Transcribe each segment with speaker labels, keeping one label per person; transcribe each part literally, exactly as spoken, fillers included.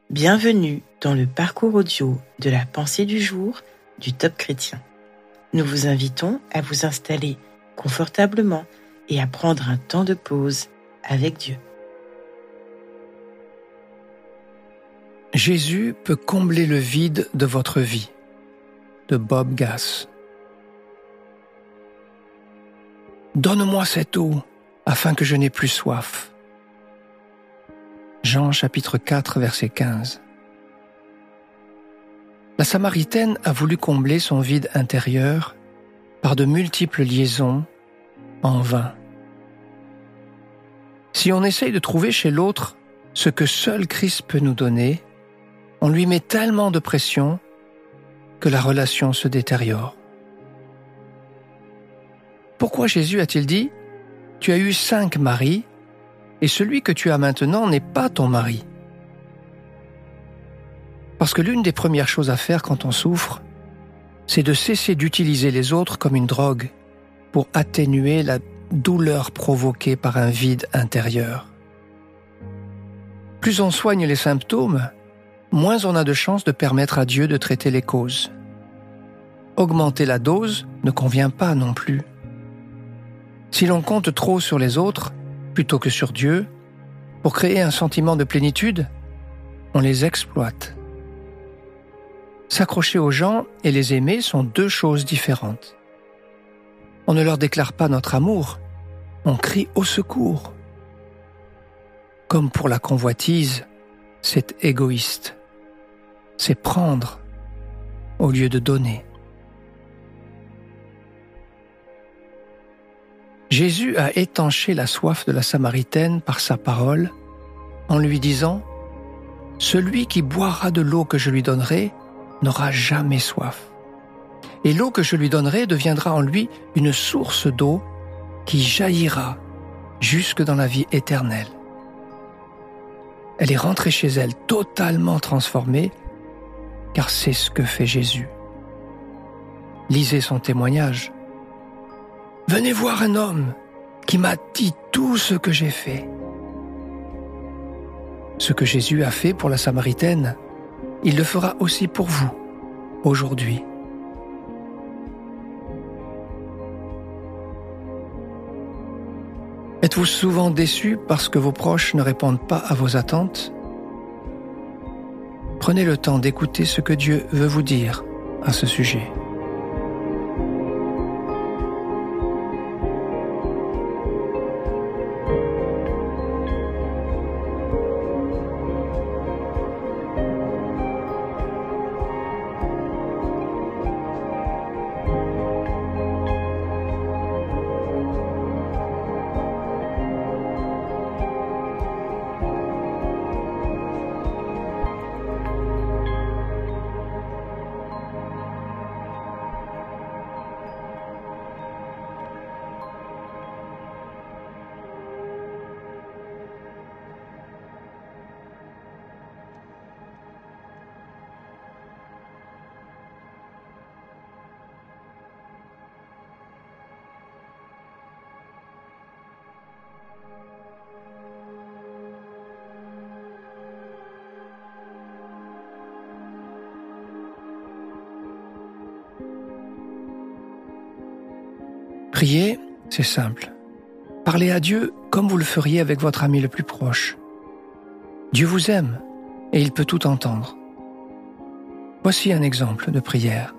Speaker 1: Bienvenue dans le parcours audio de la pensée du jour du Top Chrétien. Nous vous invitons à vous installer confortablement et à prendre un temps de pause avec Dieu.
Speaker 2: Jésus peut combler le vide de votre vie. De Bob Gass. Donne-moi cette eau, afin que je n'ai plus soif. Jean chapitre quatre, verset quinze. La Samaritaine a voulu combler son vide intérieur par de multiples liaisons en vain. Si on essaye de trouver chez l'autre ce que seul Christ peut nous donner, on lui met tellement de pression que la relation se détériore. Pourquoi Jésus a-t-il dit « Tu as eu cinq maris, et celui que tu as maintenant n'est pas ton mari » ? Parce que l'une des premières choses à faire quand on souffre, c'est de cesser d'utiliser les autres comme une drogue pour atténuer la douleur provoquée par un vide intérieur. Plus on soigne les symptômes, moins on a de chances de permettre à Dieu de traiter les causes. Augmenter la dose ne convient pas non plus. Si l'on compte trop sur les autres, plutôt que sur Dieu, pour créer un sentiment de plénitude, on les exploite. S'accrocher aux gens et les aimer sont deux choses différentes. On ne leur déclare pas notre amour, on crie au secours. Comme pour la convoitise, c'est égoïste. C'est prendre au lieu de donner. Jésus a étanché la soif de la Samaritaine par sa parole en lui disant « Celui qui boira de l'eau que je lui donnerai n'aura jamais soif. Et l'eau que je lui donnerai deviendra en lui une source d'eau qui jaillira jusque dans la vie éternelle. » Elle est rentrée chez elle totalement transformée, car c'est ce que fait Jésus. Lisez son témoignage. « Venez voir un homme qui m'a dit tout ce que j'ai fait. » Ce que Jésus a fait pour la Samaritaine, il le fera aussi pour vous, aujourd'hui. Êtes-vous souvent déçu parce que vos proches ne répondent pas à vos attentes ? Prenez le temps d'écouter ce que Dieu veut vous dire à ce sujet. Prier, c'est simple. Parlez à Dieu comme vous le feriez avec votre ami le plus proche. Dieu vous aime et il peut tout entendre. Voici un exemple de prière.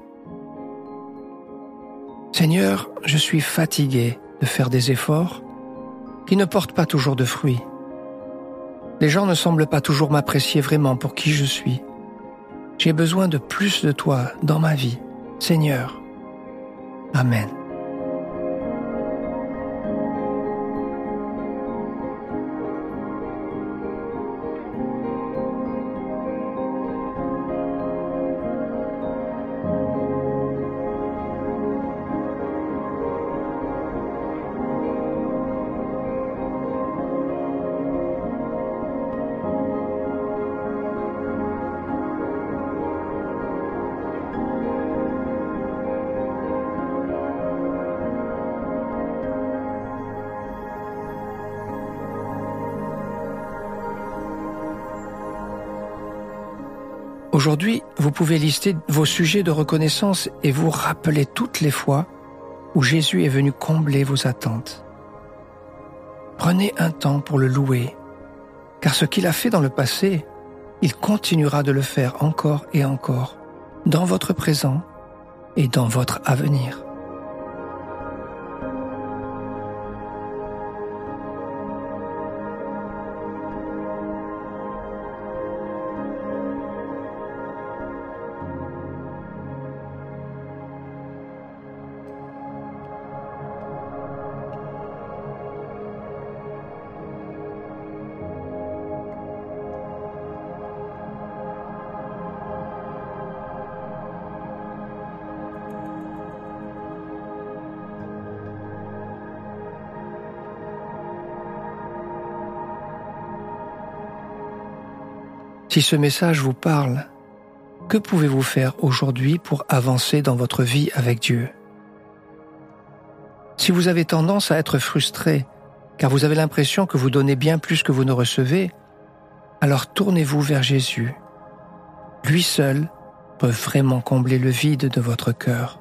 Speaker 2: Seigneur, je suis fatigué de faire des efforts qui ne portent pas toujours de fruits. Les gens ne semblent pas toujours m'apprécier vraiment pour qui je suis. J'ai besoin de plus de toi dans ma vie, Seigneur. Amen. Aujourd'hui, vous pouvez lister vos sujets de reconnaissance et vous rappeler toutes les fois où Jésus est venu combler vos attentes. Prenez un temps pour le louer, car ce qu'il a fait dans le passé, il continuera de le faire encore et encore, dans votre présent et dans votre avenir. Si ce message vous parle, que pouvez-vous faire aujourd'hui pour avancer dans votre vie avec Dieu? Si vous avez tendance à être frustré, car vous avez l'impression que vous donnez bien plus que vous ne recevez, alors tournez-vous vers Jésus. Lui seul peut vraiment combler le vide de votre cœur.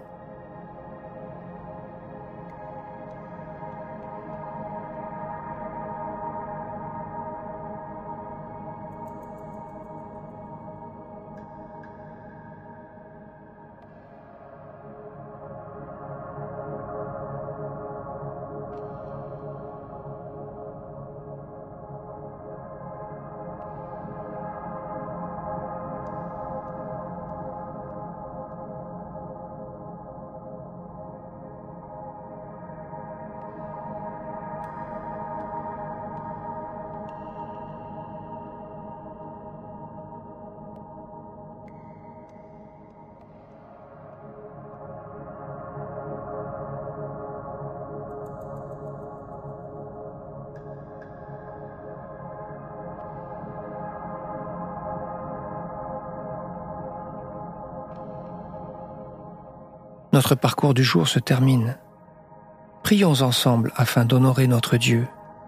Speaker 2: Notre parcours du jour se termine. Prions ensemble afin d'honorer notre Dieu.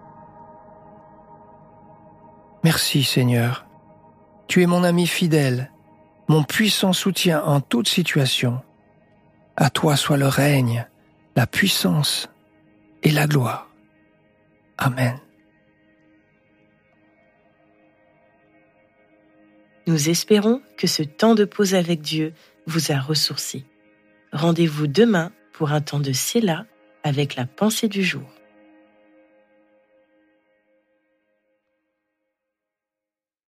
Speaker 2: Merci Seigneur, tu es mon ami fidèle, mon puissant soutien en toute situation. À toi soit le règne, la puissance et la gloire. Amen.
Speaker 1: Nous espérons que ce temps de pause avec Dieu vous a ressourci. Rendez-vous demain pour un temps de Séla avec la pensée du jour.